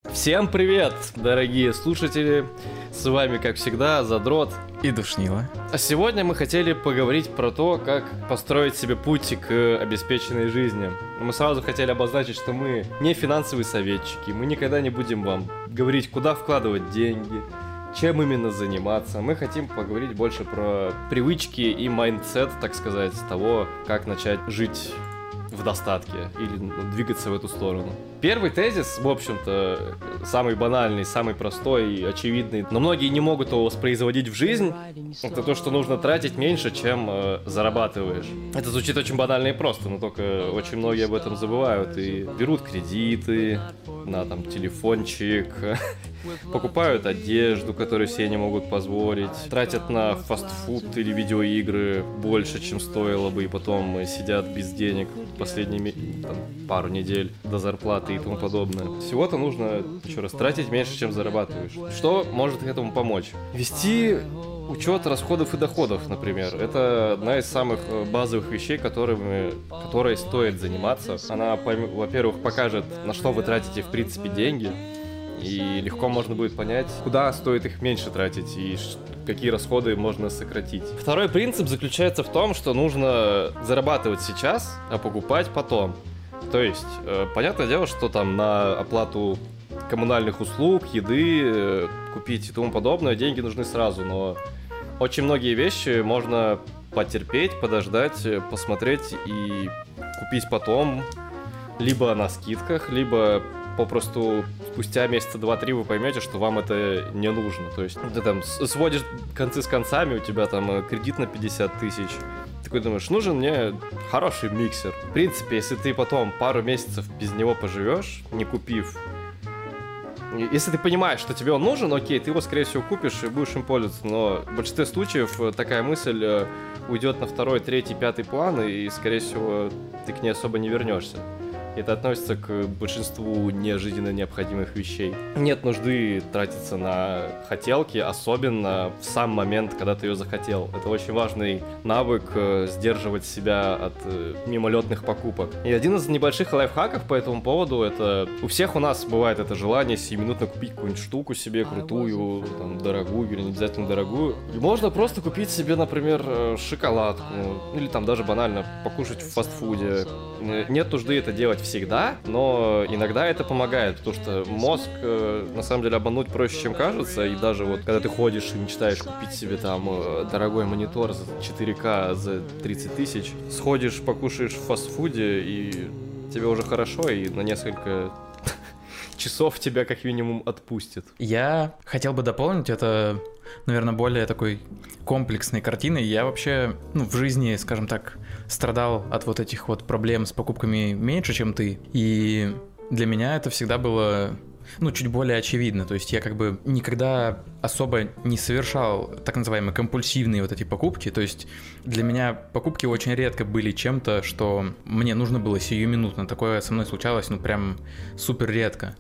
Всем привет, дорогие слушатели! С вами, как всегда, Задрот и Душнила. А сегодня мы хотели поговорить про то, как построить себе путь к обеспеченной жизни. Мы сразу хотели обозначить, что мы не финансовые советчики, мы никогда не будем вам говорить, куда вкладывать деньги, чем именно заниматься. Мы хотим поговорить больше про привычки и майндсет, так сказать, того, как начать жить в достатке или двигаться в эту сторону. Первый тезис, в общем-то, самый банальный, самый простой и очевидный, но многие не могут его воспроизводить в жизнь, это то, что нужно тратить меньше, чем зарабатываешь. Это звучит очень банально и просто, но только очень многие об этом забывают и берут кредиты на там телефончик, покупают одежду, которую все не могут позволить, тратят на фастфуд или видеоигры больше, чем стоило бы, и потом сидят без денег последние пару недель до зарплаты и тому подобное. Всего-то нужно, еще раз, тратить меньше, чем зарабатываешь. Что может этому помочь? Вести учет расходов и доходов, например. Это одна из самых базовых вещей, которой стоит заниматься. Она, во-первых, покажет, на что вы тратите, в принципе, деньги. И легко можно будет понять, куда стоит их меньше тратить и какие расходы можно сократить. Второй принцип заключается в том, что нужно зарабатывать сейчас, а покупать потом. То есть, понятное дело, что там на оплату коммунальных услуг, еды, купить и тому подобное деньги нужны сразу, но очень многие вещи можно потерпеть, подождать, посмотреть и купить потом, либо на скидках, либо попросту спустя месяца 2-3 вы поймете, что вам это не нужно. То есть ты там сводишь концы с концами, у тебя там кредит на 50 тысяч. Такой думаешь, нужен мне хороший миксер. В принципе, если ты потом пару месяцев без него поживешь, не купив, если ты понимаешь, что тебе он нужен, окей, ты его, скорее всего, купишь и будешь им пользоваться. Но в большинстве случаев такая мысль уйдет на второй, третий, пятый план, и, скорее всего, ты к ней особо не вернешься. Это относится к большинству нежизненно необходимых вещей. Нет нужды тратиться на хотелки, особенно в сам момент, когда ты ее захотел. Это очень важный навык сдерживать себя от мимолетных покупок. И один из небольших лайфхаков по этому поводу, это у всех у нас бывает это желание сиюминутно купить какую-нибудь штуку себе крутую, там, дорогую или не обязательно дорогую. И можно просто купить себе, например, шоколадку, или там даже банально покушать в фастфуде. Нет нужды это делать всегда, но иногда это помогает, потому что мозг, на самом деле, обмануть проще, чем кажется, и даже вот, когда ты ходишь и мечтаешь купить себе там дорогой монитор за 4К за 30 тысяч, сходишь, покушаешь в фастфуде, и тебе уже хорошо, и на несколько часов тебя как минимум отпустит. Я хотел бы дополнить это, наверное, более такой комплексной картиной. Я вообще, в жизни, скажем так, страдал от вот этих вот проблем с покупками меньше, чем ты. И для меня это всегда было, чуть более очевидно. То есть я как бы никогда особо не совершал так называемые компульсивные вот эти покупки. То есть для меня покупки очень редко были чем-то, что мне нужно было сиюминутно. Такое со мной случалось, прям супер редко.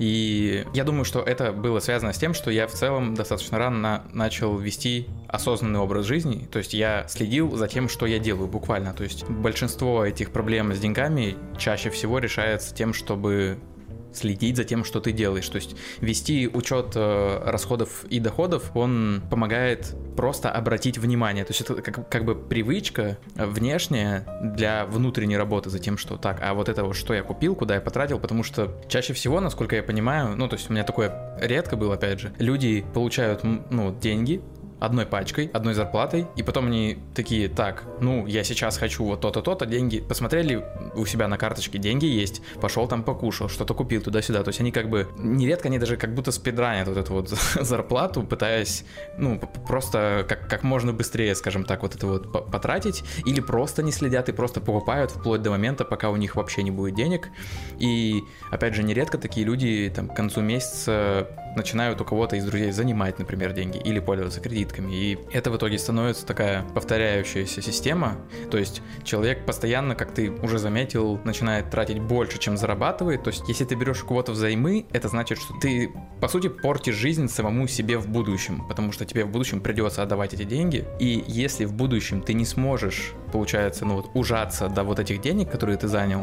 И я думаю, что это было связано с тем, что я в целом достаточно рано начал вести осознанный образ жизни. То есть я следил за тем, что я делаю буквально. То есть большинство этих проблем с деньгами чаще всего решается тем, чтобы следить за тем, что ты делаешь. То есть вести учет расходов и доходов, он помогает просто обратить внимание. То есть это как бы привычка внешняя для внутренней работы за тем, что так, а вот это вот что я купил, куда я потратил, потому что чаще всего, насколько я понимаю, то есть у меня такое редко было, опять же, люди получают, деньги одной пачкой, одной зарплатой, и потом они такие, так, я сейчас хочу вот то-то, то-то, деньги, посмотрели у себя на карточке, деньги есть, пошел там покушал, что-то купил туда-сюда, то есть они как бы, нередко они даже как будто спидранят вот эту вот зарплату, пытаясь, просто как можно быстрее, скажем так, вот это вот потратить, или просто не следят и просто покупают вплоть до момента, пока у них вообще не будет денег, и, опять же, нередко такие люди там к концу месяца начинают у кого-то из друзей занимать, например, деньги или пользоваться кредитками. И это в итоге становится такая повторяющаяся система. То есть человек постоянно, как ты уже заметил, начинает тратить больше, чем зарабатывает. То есть если ты берешь у кого-то взаймы, это значит, что ты, по сути, портишь жизнь самому себе в будущем. Потому что тебе в будущем придется отдавать эти деньги. И если в будущем ты не сможешь, получается, ужаться до вот этих денег, которые ты занял,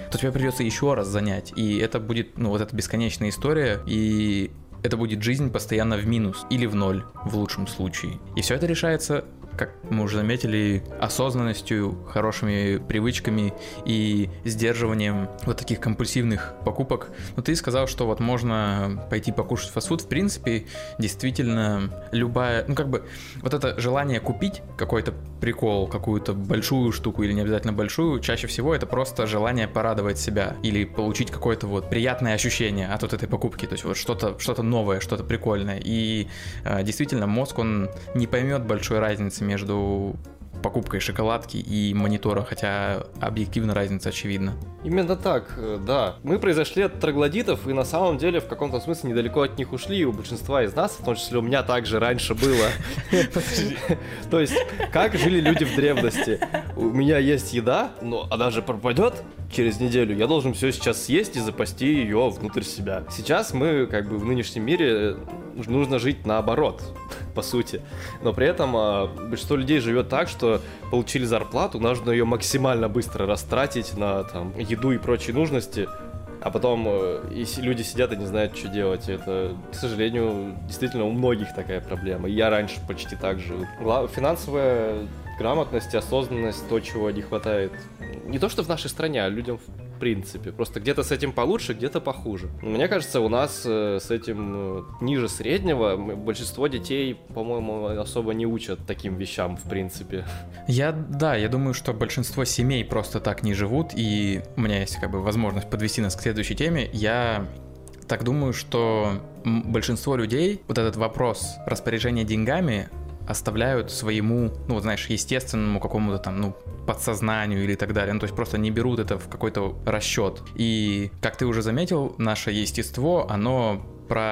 то тебе придется еще раз занять. И это будет, ну, вот эта бесконечная история, и это будет жизнь постоянно в минус или в ноль в лучшем случае. И все это решается, как мы уже заметили, осознанностью, хорошими привычками и сдерживанием вот таких компульсивных покупок. Но ты сказал, что вот можно пойти покушать фастфуд. В принципе, действительно, любая, ну как бы, вот это желание купить какой-то прикол, какую-то большую штуку или не обязательно большую, чаще всего это просто желание порадовать себя или получить какое-то вот приятное ощущение от вот этой покупки, то есть вот что-то новое, что-то прикольное. И действительно, мозг, он не поймет большой разницы между покупкой шоколадки и монитора, хотя объективно разница очевидна. Именно так, да. Мы произошли от троглодитов, и на самом деле в каком-то смысле недалеко от них ушли, и у большинства из нас, в том числе у меня также раньше было. То есть, как жили люди в древности? У меня есть еда, но она же пропадет через неделю. Я должен все сейчас съесть и запасти ее внутрь себя. Сейчас мы, как бы, в нынешнем мире нужно жить наоборот, по сути. Но при этом большинство людей живет так, что получили зарплату, нужно ее максимально быстро растратить на там еду и прочие нужности, а потом люди сидят и не знают, что делать. Это, к сожалению, действительно у многих такая проблема. И я раньше почти так жил. Финансовая грамотность, осознанность, то, чего не хватает. Не то, что в нашей стране, а людям в принципе. Просто где-то с этим получше, где-то похуже. Но мне кажется, у нас с этим ниже среднего. Большинство детей, по-моему, особо не учат таким вещам, в принципе. Я думаю, что большинство семей просто так не живут, и у меня есть как бы возможность подвести нас к следующей теме. Я так думаю, что большинство людей вот этот вопрос распоряжения деньгами оставляют своему, ну, знаешь, естественному какому-то там, ну, подсознанию или так далее. Ну, то есть просто не берут это в какой-то расчет. И, как ты уже заметил, наше естество, оно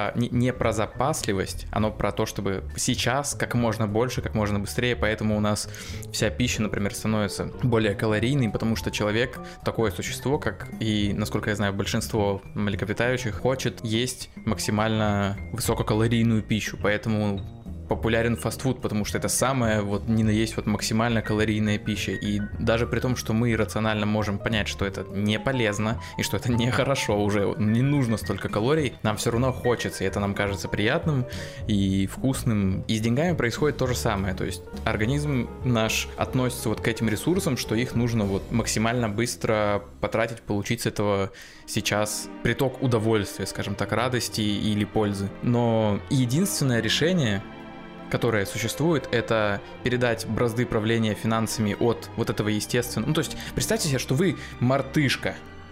не про запасливость, оно про то, чтобы сейчас как можно больше, как можно быстрее, поэтому у нас вся пища, например, становится более калорийной, потому что человек такое существо, как и, насколько я знаю, большинство млекопитающих, хочет есть максимально высококалорийную пищу, поэтому популярен фастфуд, потому что это самая вот ни на есть вот максимально калорийная пища. И даже при том, что мы рационально можем понять, что это не полезно и что это нехорошо, уже не нужно столько калорий, нам все равно хочется, и это нам кажется приятным и вкусным. И с деньгами происходит то же самое, то есть организм наш относится вот к этим ресурсам, что их нужно вот максимально быстро потратить, получить с этого сейчас приток удовольствия, скажем так, радости или пользы. Но единственное решение, которое существует, это передать бразды правления финансами от вот этого естественного. Ну, то есть, представьте себе, что вы мартышка.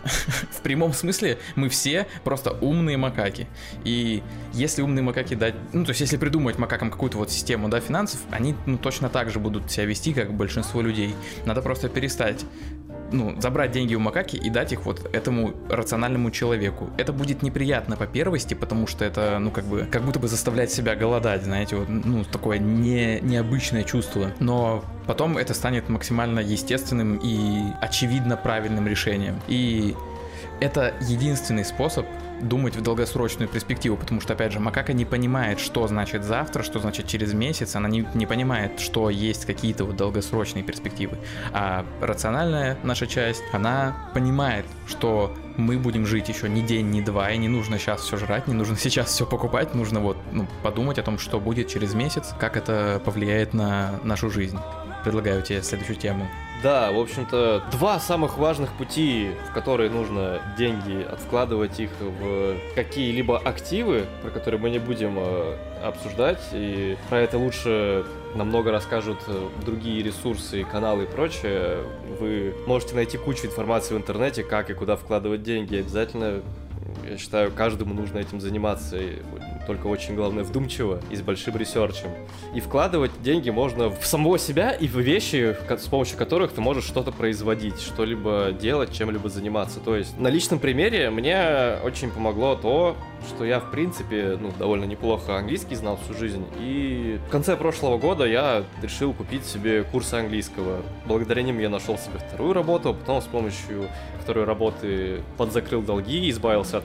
В прямом смысле мы все просто умные макаки. И если умные макаки дать... Ну, то есть, если придумать макакам какую-то вот систему, да, финансов, они, ну, точно так же будут себя вести, как большинство людей. Надо просто перестать, ну, забрать деньги у макаки и дать их вот этому рациональному человеку. Это будет неприятно по первости, потому что это, ну, как будто бы заставлять себя голодать, знаете, вот, ну, такое необычное чувство. Но потом это станет максимально естественным и очевидно правильным решением. И это единственный способ думать в долгосрочную перспективу, потому что, опять же, макака не понимает, что значит завтра, что значит через месяц, она не понимает, что есть какие-то вот долгосрочные перспективы. А рациональная наша часть, она понимает, что мы будем жить еще ни день, ни два, и не нужно сейчас все жрать, не нужно сейчас все покупать, нужно вот, ну, подумать о том, что будет через месяц, как это повлияет на нашу жизнь. Предлагаю тебе следующую тему. Да, в общем-то, два самых важных пути, в которые нужно деньги откладывать их в какие-либо активы, про которые мы не будем обсуждать, и про это лучше намного расскажут другие ресурсы, каналы и прочее. Вы можете найти кучу информации в интернете, как и куда вкладывать деньги. Обязательно, я считаю, каждому нужно этим заниматься, только очень, главное, вдумчиво и с большим ресерчем. И вкладывать деньги можно в самого себя и в вещи, с помощью которых ты можешь что-то производить, что-либо делать, чем-либо заниматься. То есть на личном примере мне очень помогло то, что я, в принципе, ну, довольно неплохо английский знал всю жизнь. И в конце прошлого года я решил купить себе курсы английского. Благодаря ним я нашел себе вторую работу, а потом с помощью второй работы подзакрыл долги, избавился от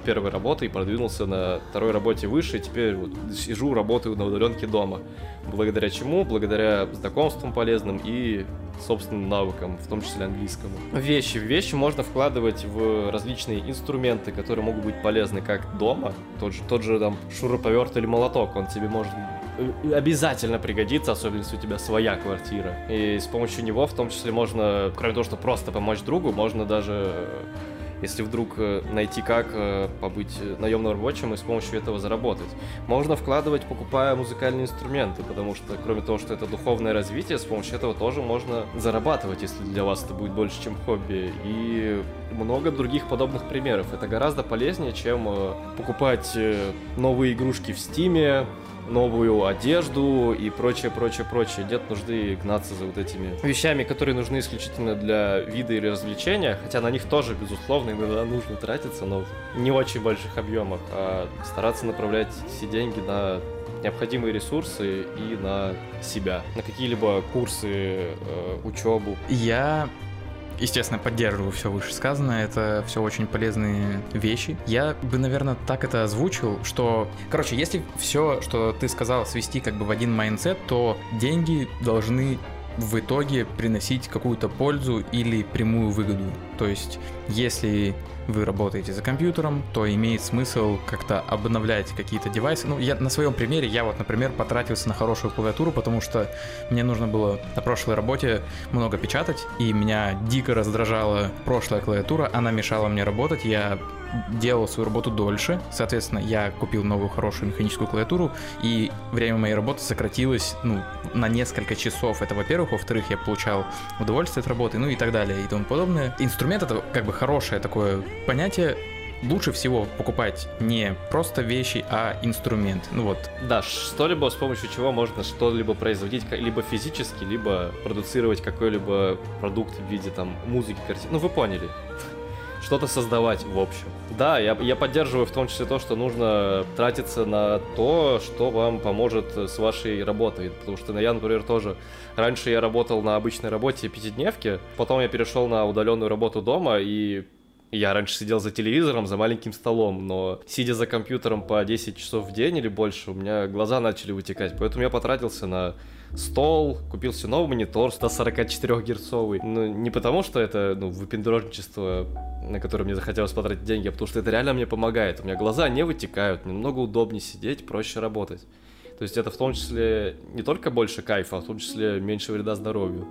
первой работы и продвинулся на второй работе выше, и теперь вот сижу, работаю на удаленке дома. Благодаря чему? Благодаря знакомствам полезным и собственным навыкам, в том числе английскому. Вещи можно вкладывать в различные инструменты, которые могут быть полезны как дома. Тот же там шуруповерт или молоток, он тебе может обязательно пригодится, особенно если у тебя своя квартира. И с помощью него в том числе можно, кроме того, что просто помочь другу, можно даже, если вдруг найти, как побыть наемным рабочим и с помощью этого заработать. Можно вкладывать, покупая музыкальные инструменты, потому что, кроме того, что это духовное развитие, с помощью этого тоже можно зарабатывать, если для вас это будет больше, чем хобби. И много других подобных примеров. Это гораздо полезнее, чем покупать новые игрушки в Стиме, новую одежду и прочее. Нет нужды гнаться за вот этими вещами, которые нужны исключительно для вида или развлечения, хотя на них тоже, безусловно, иногда нужно тратиться, но в не очень больших объемах, а стараться направлять все деньги на необходимые ресурсы и на себя, на какие-либо курсы, учебу. Я, естественно, поддерживаю все вышесказанное, это все очень полезные вещи. Я бы, наверное, так это озвучил, что, короче, если все, что ты сказал, свести как бы в один майндсет, то деньги должны в итоге приносить какую-то пользу или прямую выгоду. То есть, если вы работаете за компьютером, то имеет смысл как-то обновлять какие-то девайсы. Ну, я на своем примере, я вот, например, потратился на хорошую клавиатуру, потому что мне нужно было на прошлой работе много печатать, и меня дико раздражала прошлая клавиатура, она мешала мне работать, я делал свою работу дольше, соответственно, я купил новую хорошую механическую клавиатуру, и время моей работы сократилось, на несколько часов. Это, во-первых. Во-вторых, я получал удовольствие от работы, и так далее, и тому подобное. Инструмент — это как бы хорошее такое понятие. Лучше всего покупать не просто вещи, а инструмент. Да, что-либо, с помощью чего можно что-либо производить, либо физически, либо продуцировать какой-либо продукт в виде там музыки, картин. Вы поняли. Что-то создавать, в общем. Да, я поддерживаю в том числе то, что нужно тратиться на то, что вам поможет с вашей работой. Потому что я, например, тоже... Раньше я работал на обычной работе пятидневки, потом я перешел на удаленную работу дома, и я раньше сидел за телевизором, за маленьким столом, но сидя за компьютером по 10 часов в день или больше, у меня глаза начали вытекать. Поэтому я потратился на стол, купил себе новый монитор 144-герцовый. Не потому, что это выпендрежничество, на которое мне захотелось потратить деньги, а потому что это реально мне помогает. У меня глаза не вытекают, мне намного удобнее сидеть, проще работать. То есть это в том числе не только больше кайфа, а в том числе меньше вреда здоровью.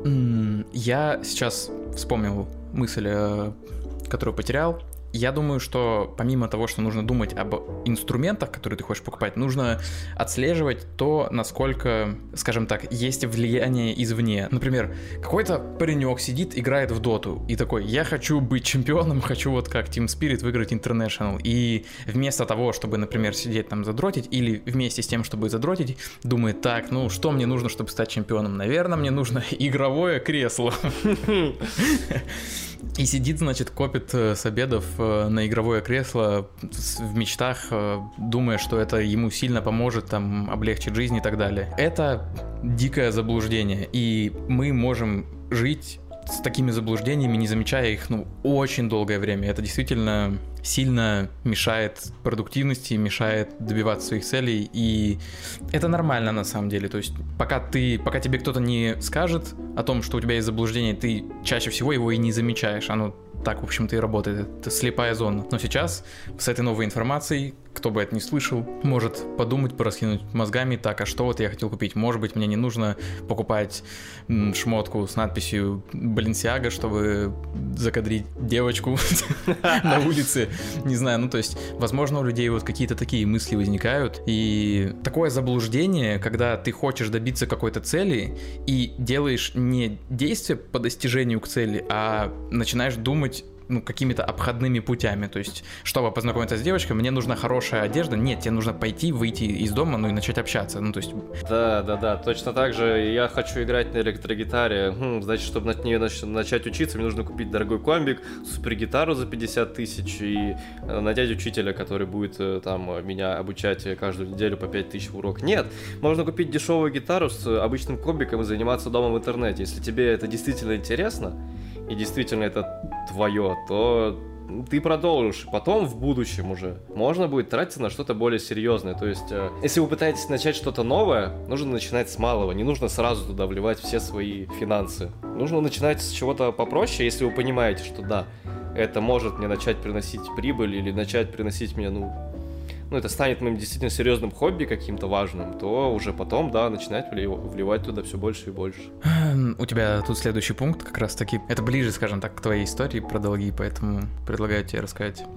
Я сейчас вспомнил мысль, которую потерял. Я думаю, что помимо того, что нужно думать об инструментах, которые ты хочешь покупать, нужно отслеживать то, насколько, скажем так, есть влияние извне. Например, какой-то паренек сидит, играет в доту и такой: я хочу быть чемпионом, хочу вот как Team Spirit выиграть International. И вместо того, чтобы, например, сидеть там задротить, или вместе с тем, чтобы задротить, думает: так, что мне нужно, чтобы стать чемпионом? Наверное, мне нужно игровое кресло. И сидит, значит, копит с обедов на игровое кресло в мечтах, думая, что это ему сильно поможет, там, облегчить жизнь и так далее. Это дикое заблуждение, и мы можем жить с такими заблуждениями, не замечая их, очень долгое время. Это действительно сильно мешает продуктивности, мешает добиваться своих целей, и это нормально на самом деле. То есть пока тебе кто-то не скажет о том, что у тебя есть заблуждение, ты чаще всего его и не замечаешь. Оно так, в общем-то, и работает. Это слепая зона. Но сейчас с этой новой информацией, кто бы это ни слышал, может подумать, пораскинуть мозгами: так, а что вот я хотел купить? Может быть, мне не нужно покупать шмотку с надписью Balenciaga, чтобы закадрить девочку на улице. Не знаю, то есть, возможно, у людей вот какие-то такие мысли возникают. И такое заблуждение, когда ты хочешь добиться какой-то цели и делаешь не действия по достижению к цели, а начинаешь думать какими-то обходными путями. То есть, чтобы познакомиться с девочкой, мне нужна хорошая одежда. Нет, тебе нужно выйти из дома, и начать общаться. Да, точно так же я хочу играть на электрогитаре. Значит, чтобы на нее начать учиться, мне нужно купить дорогой комбик, супергитару за 50 тысяч и нанять учителя, который будет там меня обучать каждую неделю по 5 тысяч в урок. Нет, можно купить дешевую гитару с обычным комбиком и заниматься дома в интернете. Если тебе это действительно интересно, и действительно это твое, то ты продолжишь, потом в будущем уже можно будет тратиться на что-то более серьезное. То есть, если вы пытаетесь начать что-то новое, нужно начинать с малого, не нужно сразу туда вливать все свои финансы. Нужно начинать с чего-то попроще, если вы понимаете, что да, это может мне начать приносить прибыль или начать приносить мне, это станет моим действительно серьезным хобби каким-то важным, то уже потом, да, начинать вливать туда все больше и больше. У тебя тут следующий пункт как раз-таки, это ближе, скажем так, к твоей истории про долги, поэтому предлагаю тебе рассказать.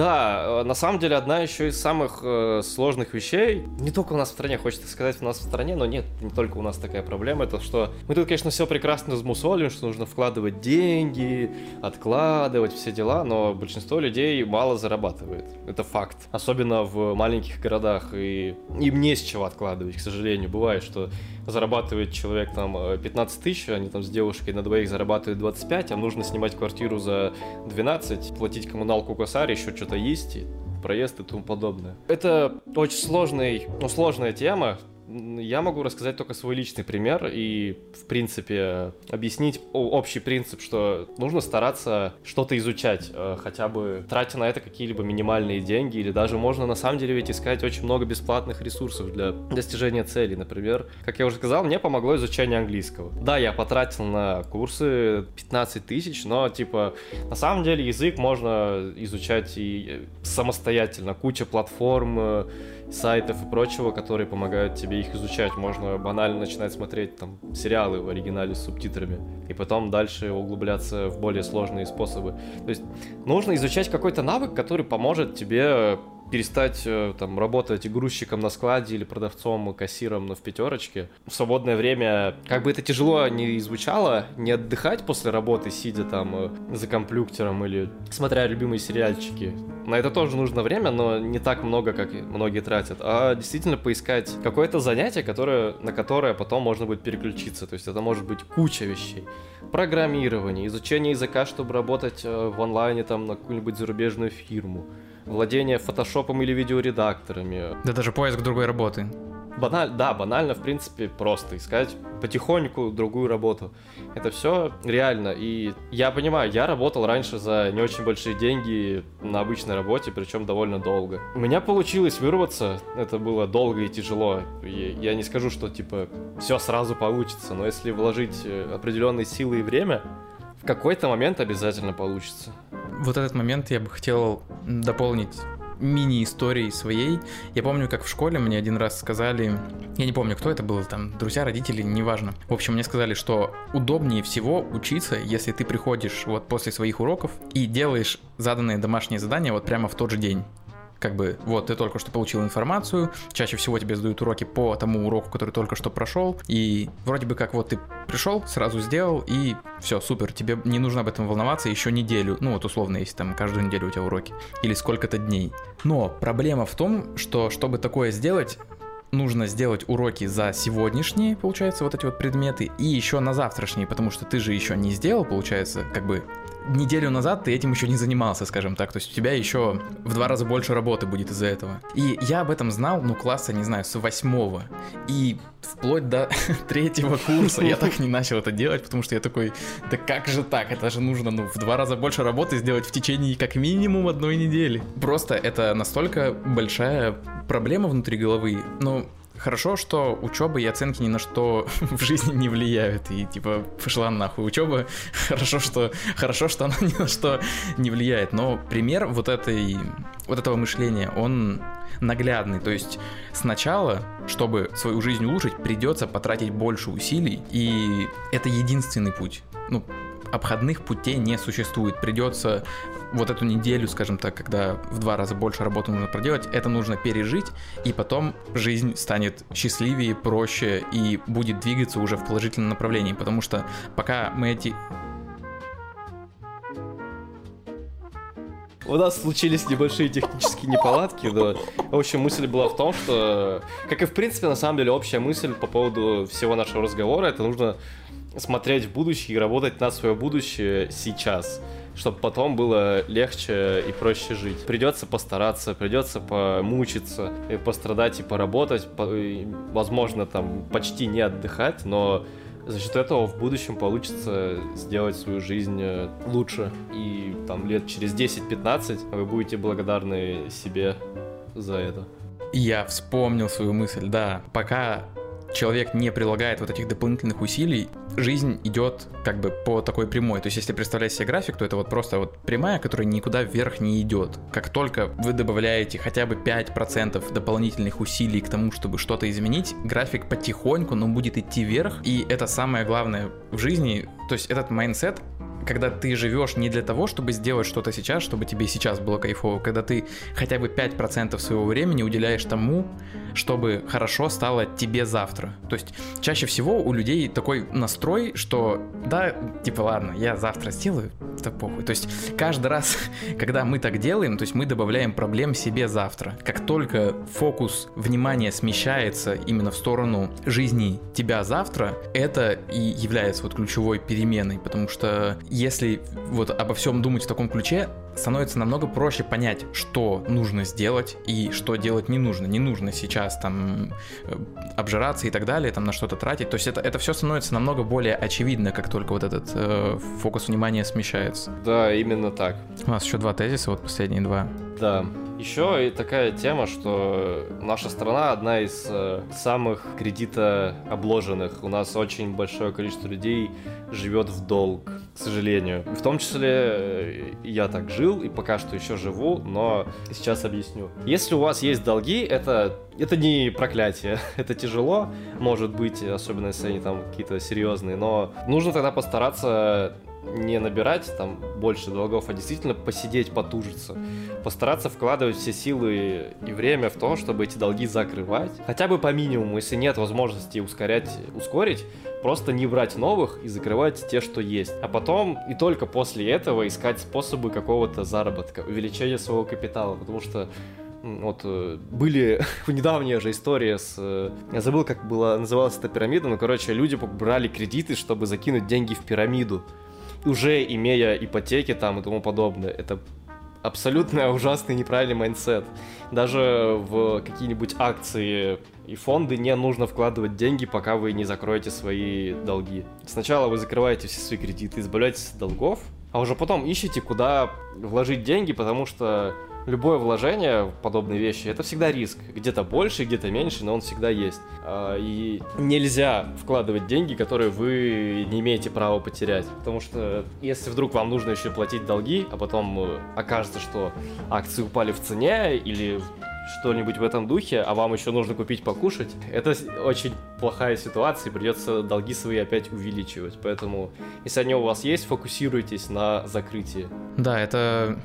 Да, на самом деле одна еще из самых сложных вещей, не только у нас в стране, хочется сказать, у нас в стране, но нет, не только у нас такая проблема, это что мы тут, конечно, все прекрасно размусолим, что нужно вкладывать деньги, откладывать все дела, но большинство людей мало зарабатывает, это факт, особенно в маленьких городах, и им не с чего откладывать, к сожалению, бывает, что зарабатывает человек там 15 тысяч, они там с девушкой на двоих зарабатывают 25, а нужно снимать квартиру за 12, платить коммуналку, косарь, еще что-то есть, проезд и тому подобное. Это очень сложная тема. Я могу рассказать только свой личный пример и, в принципе, объяснить общий принцип, что нужно стараться что-то изучать, хотя бы тратя на это какие-либо минимальные деньги, или даже можно на самом деле ведь искать очень много бесплатных ресурсов для достижения целей. Например, как я уже сказал, мне помогло изучение английского. Да, я потратил на курсы 15 тысяч, но, на самом деле язык можно изучать и самостоятельно. Куча платформ, сайтов и прочего, которые помогают тебе их изучать. Можно банально начинать смотреть там сериалы в оригинале с субтитрами и потом дальше углубляться в более сложные способы. То есть нужно изучать какой-то навык, который поможет тебе перестать там работать грузчиком на складе или продавцом, кассиром, но в пятерочке. В свободное время, как бы это тяжело ни звучало, не отдыхать после работы, сидя там за компьютером или смотря любимые сериальчики. На это тоже нужно время, но не так много, как многие тратят. А действительно поискать какое-то занятие, на которое потом можно будет переключиться. То есть это может быть куча вещей. Программирование, изучение языка, чтобы работать в онлайне там на какую-нибудь зарубежную фирму. Владение фотошопом или видеоредакторами. Да даже поиск другой работы. Банально, в принципе, просто искать потихоньку другую работу. Это все реально. И я понимаю, я работал раньше за не очень большие деньги на обычной работе, причем довольно долго. У меня получилось вырваться, это было долго и тяжело. Я не скажу, что все сразу получится, но если вложить определенные силы и время, в какой-то момент обязательно получится. Вот этот момент я бы хотел дополнить мини-историей своей. Я помню, как в школе мне один раз сказали, я не помню, кто это был, там, друзья, родители, неважно. В общем, мне сказали, что удобнее всего учиться, если ты приходишь вот после своих уроков и делаешь заданные домашние задания вот прямо в тот же день. Как бы, вот, ты только что получил информацию, чаще всего тебе задают уроки по тому уроку, который только что прошел, и вроде бы как вот ты пришел, сразу сделал, и все, супер, тебе не нужно об этом волноваться еще неделю, вот условно, если там каждую неделю у тебя уроки, или сколько-то дней. Но проблема в том, что чтобы такое сделать, нужно сделать уроки за сегодняшние, получается, вот эти вот предметы, и еще на завтрашние, потому что ты же еще не сделал, получается, как бы неделю назад ты этим еще не занимался, скажем так, то есть у тебя еще в 2 раза больше работы будет из-за этого. И я об этом знал, класса, не знаю, с 8-го, и вплоть до 3-го курса я так не начал это делать, потому что я такой, да как же так, это же нужно, в 2 раза больше работы сделать в течение как минимум 1 недели. Просто это настолько большая проблема внутри головы, хорошо, что учеба и оценки ни на что в жизни не влияют. И пошла нахуй учеба. Хорошо, что она ни на что не влияет. Но пример вот этого мышления, он наглядный. То есть сначала, чтобы свою жизнь улучшить, придется потратить больше усилий. И это единственный путь. Обходных путей не существует. Придется вот эту неделю, скажем так, когда в 2 раза больше работы нужно проделать, это нужно пережить, и потом жизнь станет счастливее, проще и будет двигаться уже в положительном направлении, потому что пока мы У нас случились небольшие технические неполадки, но, в общем, мысль была в том, что, как и в принципе, на самом деле, общая мысль по поводу всего нашего разговора, это нужно смотреть в будущее и работать на свое будущее сейчас, чтобы потом было легче и проще жить. Придется постараться, придется помучиться, и пострадать и поработать, возможно, там почти не отдыхать, но За счет этого в будущем получится сделать свою жизнь лучше. И там лет через 10-15 вы будете благодарны себе за это. Я вспомнил свою мысль, да. Пока человек не прилагает вот этих дополнительных усилий, жизнь идет как бы по такой прямой. То есть, если представлять себе график, то это вот просто вот прямая, которая никуда вверх не идет. Как только вы добавляете хотя бы 5% дополнительных усилий к тому, чтобы что-то изменить, график потихоньку, но будет идти вверх. И это самое главное в жизни. То есть, этот майндсет, когда ты живешь не для того, чтобы сделать что-то сейчас, чтобы тебе сейчас было кайфово, когда ты хотя бы 5% своего времени уделяешь тому, чтобы хорошо стало тебе завтра. То есть чаще всего у людей такой настрой, что да, типа ладно, я завтра сделаю, это похуй. То есть каждый раз, когда мы так делаем, то есть мы добавляем проблем себе завтра. Как только фокус внимания смещается именно в сторону жизни тебя завтра, это и является вот ключевой переменой, потому что если вот обо всем думать в таком ключе, становится намного проще понять, что нужно сделать и что делать не нужно. Не нужно сейчас там обжираться и так далее, там на что-то тратить. То есть это все становится намного более очевидно, как только вот этот фокус внимания смещается. Да, именно так. У нас еще 2 тезиса, вот последние 2. Да. Еще и такая тема, что наша страна одна из самых кредитообложенных. У нас очень большое количество людей живет в долг, к сожалению. В том числе я так жил и пока что еще живу, но сейчас объясню. Если у вас есть долги, это не проклятие, это тяжело, может быть, особенно если они там какие-то серьезные, но нужно тогда постараться не набирать там больше долгов, а действительно посидеть, потужиться. Постараться вкладывать все силы и время в то, чтобы эти долги закрывать. Хотя бы по минимуму, если нет возможности ускорить, просто не брать новых и закрывать те, что есть. А потом и только после этого искать способы какого-то заработка, увеличения своего капитала, потому что вот были недавняя же история я забыл, как называлась эта пирамида, но, короче, люди брали кредиты, чтобы закинуть деньги в пирамиду, уже имея ипотеки там и тому подобное. Это абсолютно ужасный неправильный майндсет. Даже в какие-нибудь акции и фонды не нужно вкладывать деньги, пока вы не закроете свои долги. Сначала вы закрываете все свои кредиты, избавляетесь от долгов, а уже потом ищите, куда вложить деньги, потому что любое вложение в подобные вещи — это всегда риск. Где-то больше, где-то меньше, но он всегда есть. И нельзя вкладывать деньги, которые вы не имеете права потерять. Потому что если вдруг вам нужно еще платить долги, а потом окажется, что акции упали в цене или что-нибудь в этом духе, а вам еще нужно купить покушать, это очень плохая ситуация, и придется долги свои опять увеличивать. Поэтому, если они у вас есть, фокусируйтесь на закрытии. Да, это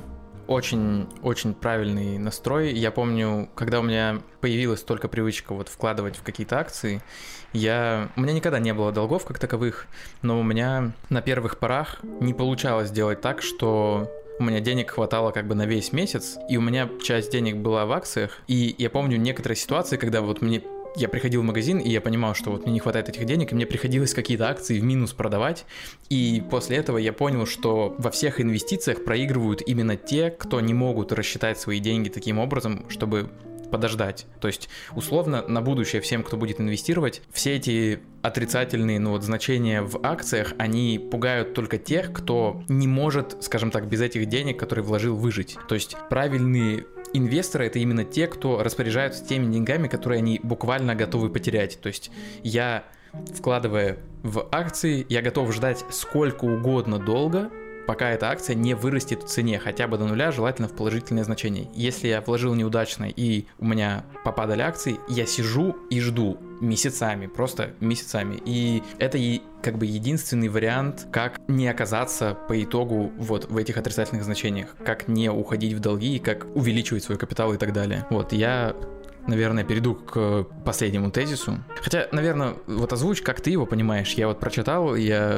очень правильный настрой. Я помню, когда у меня появилась только привычка вот вкладывать в какие-то акции, у меня никогда не было долгов как таковых, но у меня на первых порах не получалось сделать так, что у меня денег хватало как бы на весь месяц, и у меня часть денег была в акциях, и я помню некоторые ситуации, когда вот я приходил в магазин, и я понимал, что вот мне не хватает этих денег, и мне приходилось какие-то акции в минус продавать, и после этого я понял, что во всех инвестициях проигрывают именно те, кто не могут рассчитать свои деньги таким образом, чтобы подождать. То есть, условно, на будущее всем, кто будет инвестировать, все эти отрицательные, значения в акциях, они пугают только тех, кто не может, скажем так, без этих денег, которые вложил, выжить. То есть, правильные инвесторы — это именно те, кто распоряжаются теми деньгами, которые они буквально готовы потерять. То есть, вкладывая в акции, я готов ждать сколько угодно долго, пока эта акция не вырастет в цене, хотя бы до нуля, желательно в положительное значение. Если я вложил неудачно и у меня попадали акции, я сижу и жду месяцами, просто месяцами. И это как бы единственный вариант, как не оказаться по итогу вот в этих отрицательных значениях, как не уходить в долги, как увеличивать свой капитал и так далее. Вот, я наверное, перейду к последнему тезису. Хотя, наверное, вот озвучь, как ты его понимаешь. Я вот прочитал,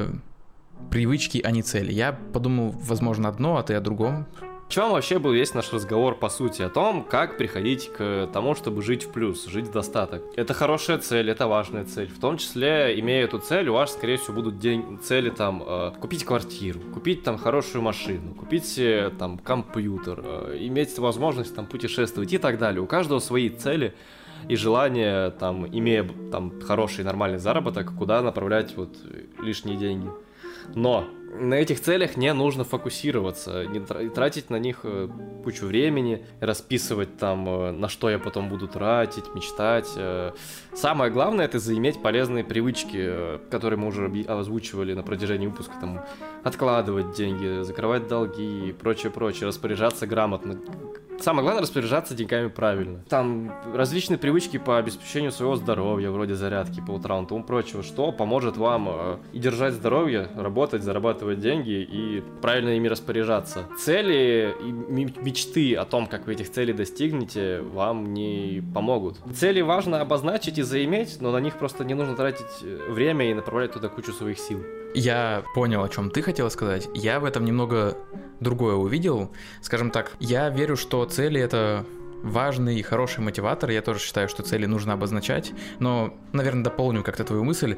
привычки, а не цели. Я подумал, возможно, одно, а ты о другом. В чем вообще был весь наш разговор, по сути, о том, как приходить к тому, чтобы жить в плюс, жить в достаток. Это хорошая цель, это важная цель. В том числе, имея эту цель, у вас, скорее всего, будут цели там купить квартиру, купить там хорошую машину, купить там компьютер, иметь возможность там путешествовать и так далее. У каждого свои цели. и желание, там, имея там хороший нормальный заработок, куда направлять вот лишние деньги. Но на этих целях не нужно фокусироваться, не тратить на них кучу времени, расписывать там, на что я потом буду тратить, мечтать. Самое главное — это заиметь полезные привычки, которые мы уже озвучивали на протяжении выпуска, там, откладывать деньги, закрывать долги и прочее, распоряжаться грамотно. Самое главное — распоряжаться деньгами правильно. Там различные привычки по обеспечению своего здоровья, вроде зарядки по утрам и тому прочего, что поможет вам и держать здоровье, работать, зарабатывать деньги и правильно ими распоряжаться. Цели и мечты о том, как вы этих целей достигнете, вам не помогут. Цели важно обозначить и заиметь, но на них просто не нужно тратить время и направлять туда кучу своих сил. Я понял, о чем ты хотела сказать. Я в этом немного другое увидел. Скажем так, я верю, что цели — это важный и хороший мотиватор. Я тоже считаю, что цели нужно обозначать. Но, наверное, дополню как-то твою мысль.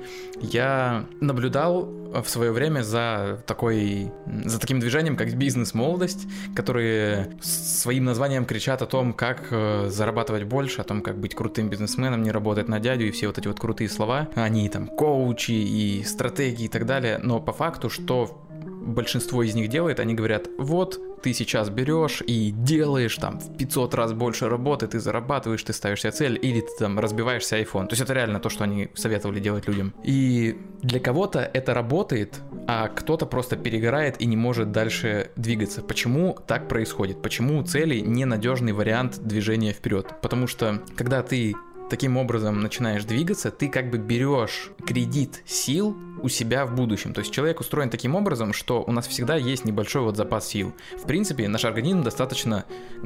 Я наблюдал в свое время за таким движением, как бизнес-молодость, которые своим названием кричат о том, как зарабатывать больше, о том, как быть крутым бизнесменом, не работать на дядю и все вот эти вот крутые слова. Они там коучи и стратегии и так далее. Но по факту, что большинство из них делает, они говорят: вот ты сейчас берешь и делаешь там в 500 раз больше работы, ты зарабатываешь, ты ставишь себе цель, или ты там разбиваешься iPhone. То есть это реально то, что они советовали делать людям. И для кого-то это работает, а кто-то просто перегорает и не может дальше двигаться. Почему так происходит? Почему цели ненадежный вариант движения вперед? Потому что когда ты таким образом начинаешь двигаться, ты как бы берешь кредит сил у себя в будущем. То есть человек устроен таким образом, что у нас всегда есть небольшой вот запас сил. В принципе, наш организм достаточно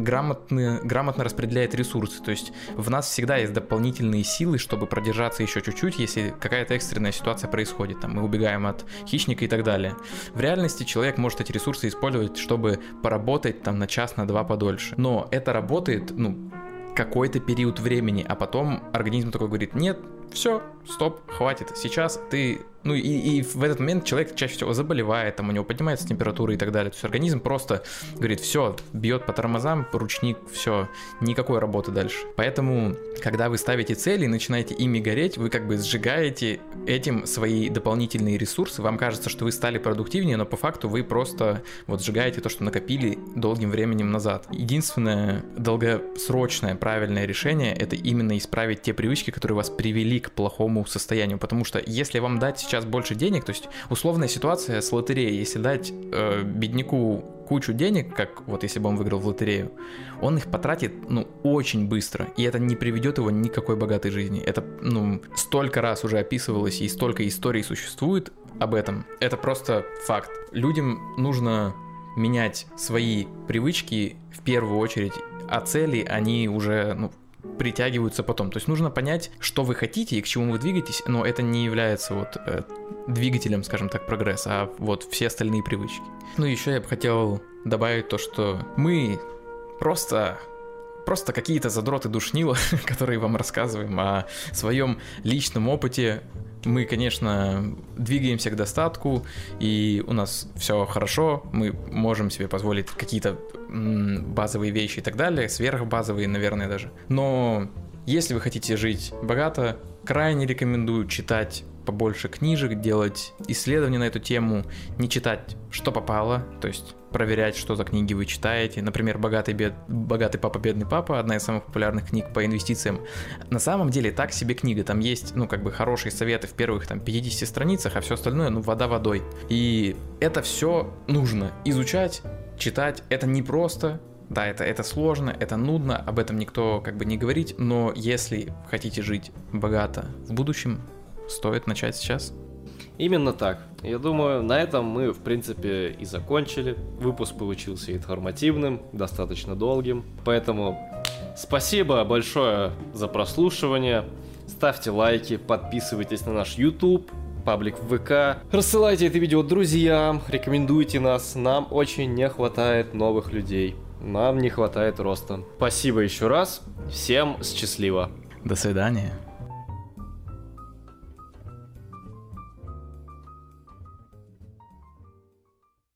грамотно распределяет ресурсы. То есть в нас всегда есть дополнительные силы, чтобы продержаться еще чуть-чуть, если какая-то экстренная ситуация происходит. Там мы убегаем от хищника и так далее. В реальности человек может эти ресурсы использовать, чтобы поработать там на час, на два подольше. Но это работает, какой-то период времени, а потом организм такой говорит: нет, все, стоп, хватит, сейчас ты... И в этот момент человек чаще всего заболевает, там у него поднимается температура и так далее. То есть организм просто говорит: все, бьет по тормозам, ручник, все, никакой работы дальше. Поэтому, когда вы ставите цели и начинаете ими гореть, вы как бы сжигаете этим свои дополнительные ресурсы. Вам кажется, что вы стали продуктивнее, но по факту вы просто вот сжигаете то, что накопили долгим временем назад. Единственное долгосрочное правильное решение — это именно исправить те привычки, которые вас привели к плохому состоянию. Потому что если вам дать сейчас больше денег, то есть условная ситуация с лотереей, если дать бедняку кучу денег, как вот если бы он выиграл в лотерею, он их потратит, очень быстро, и это не приведет его ни к какой богатой жизни. Это, столько раз уже описывалось, и столько историй существует об этом. Это просто факт. Людям нужно менять свои привычки в первую очередь, а цели, они уже, притягиваются потом. То есть нужно понять, что вы хотите и к чему вы двигаетесь, но это не является двигателем, скажем так, прогресса, а вот все остальные привычки. Еще я бы хотел добавить то, что мы просто какие-то задроты душнила, которые вам рассказываем о своем личном опыте. Мы, конечно, двигаемся к достатку, и у нас все хорошо, мы можем себе позволить какие-то базовые вещи и так далее, сверхбазовые, наверное, даже. Но если вы хотите жить богато, крайне рекомендую читать побольше книжек, делать исследования на эту тему, не читать, что попало, то есть проверять, что за книги вы читаете. Например, «Богатый папа, бедный папа», одна из самых популярных книг по инвестициям. На самом деле так себе книга, там есть, хорошие советы в первых 50 страницах, а все остальное, вода водой. И это все нужно изучать, читать. Это непросто, да, это сложно, это нудно, об этом никто не говорит, но если хотите жить богато в будущем, стоит начать сейчас. Именно так. Я думаю, на этом мы, в принципе, и закончили. Выпуск получился информативным, достаточно долгим. Поэтому спасибо большое за прослушивание. Ставьте лайки, подписывайтесь на наш YouTube, паблик в ВК. Рассылайте это видео друзьям, рекомендуйте нас. Нам очень не хватает новых людей. Нам не хватает роста. Спасибо еще раз. Всем счастливо. До свидания.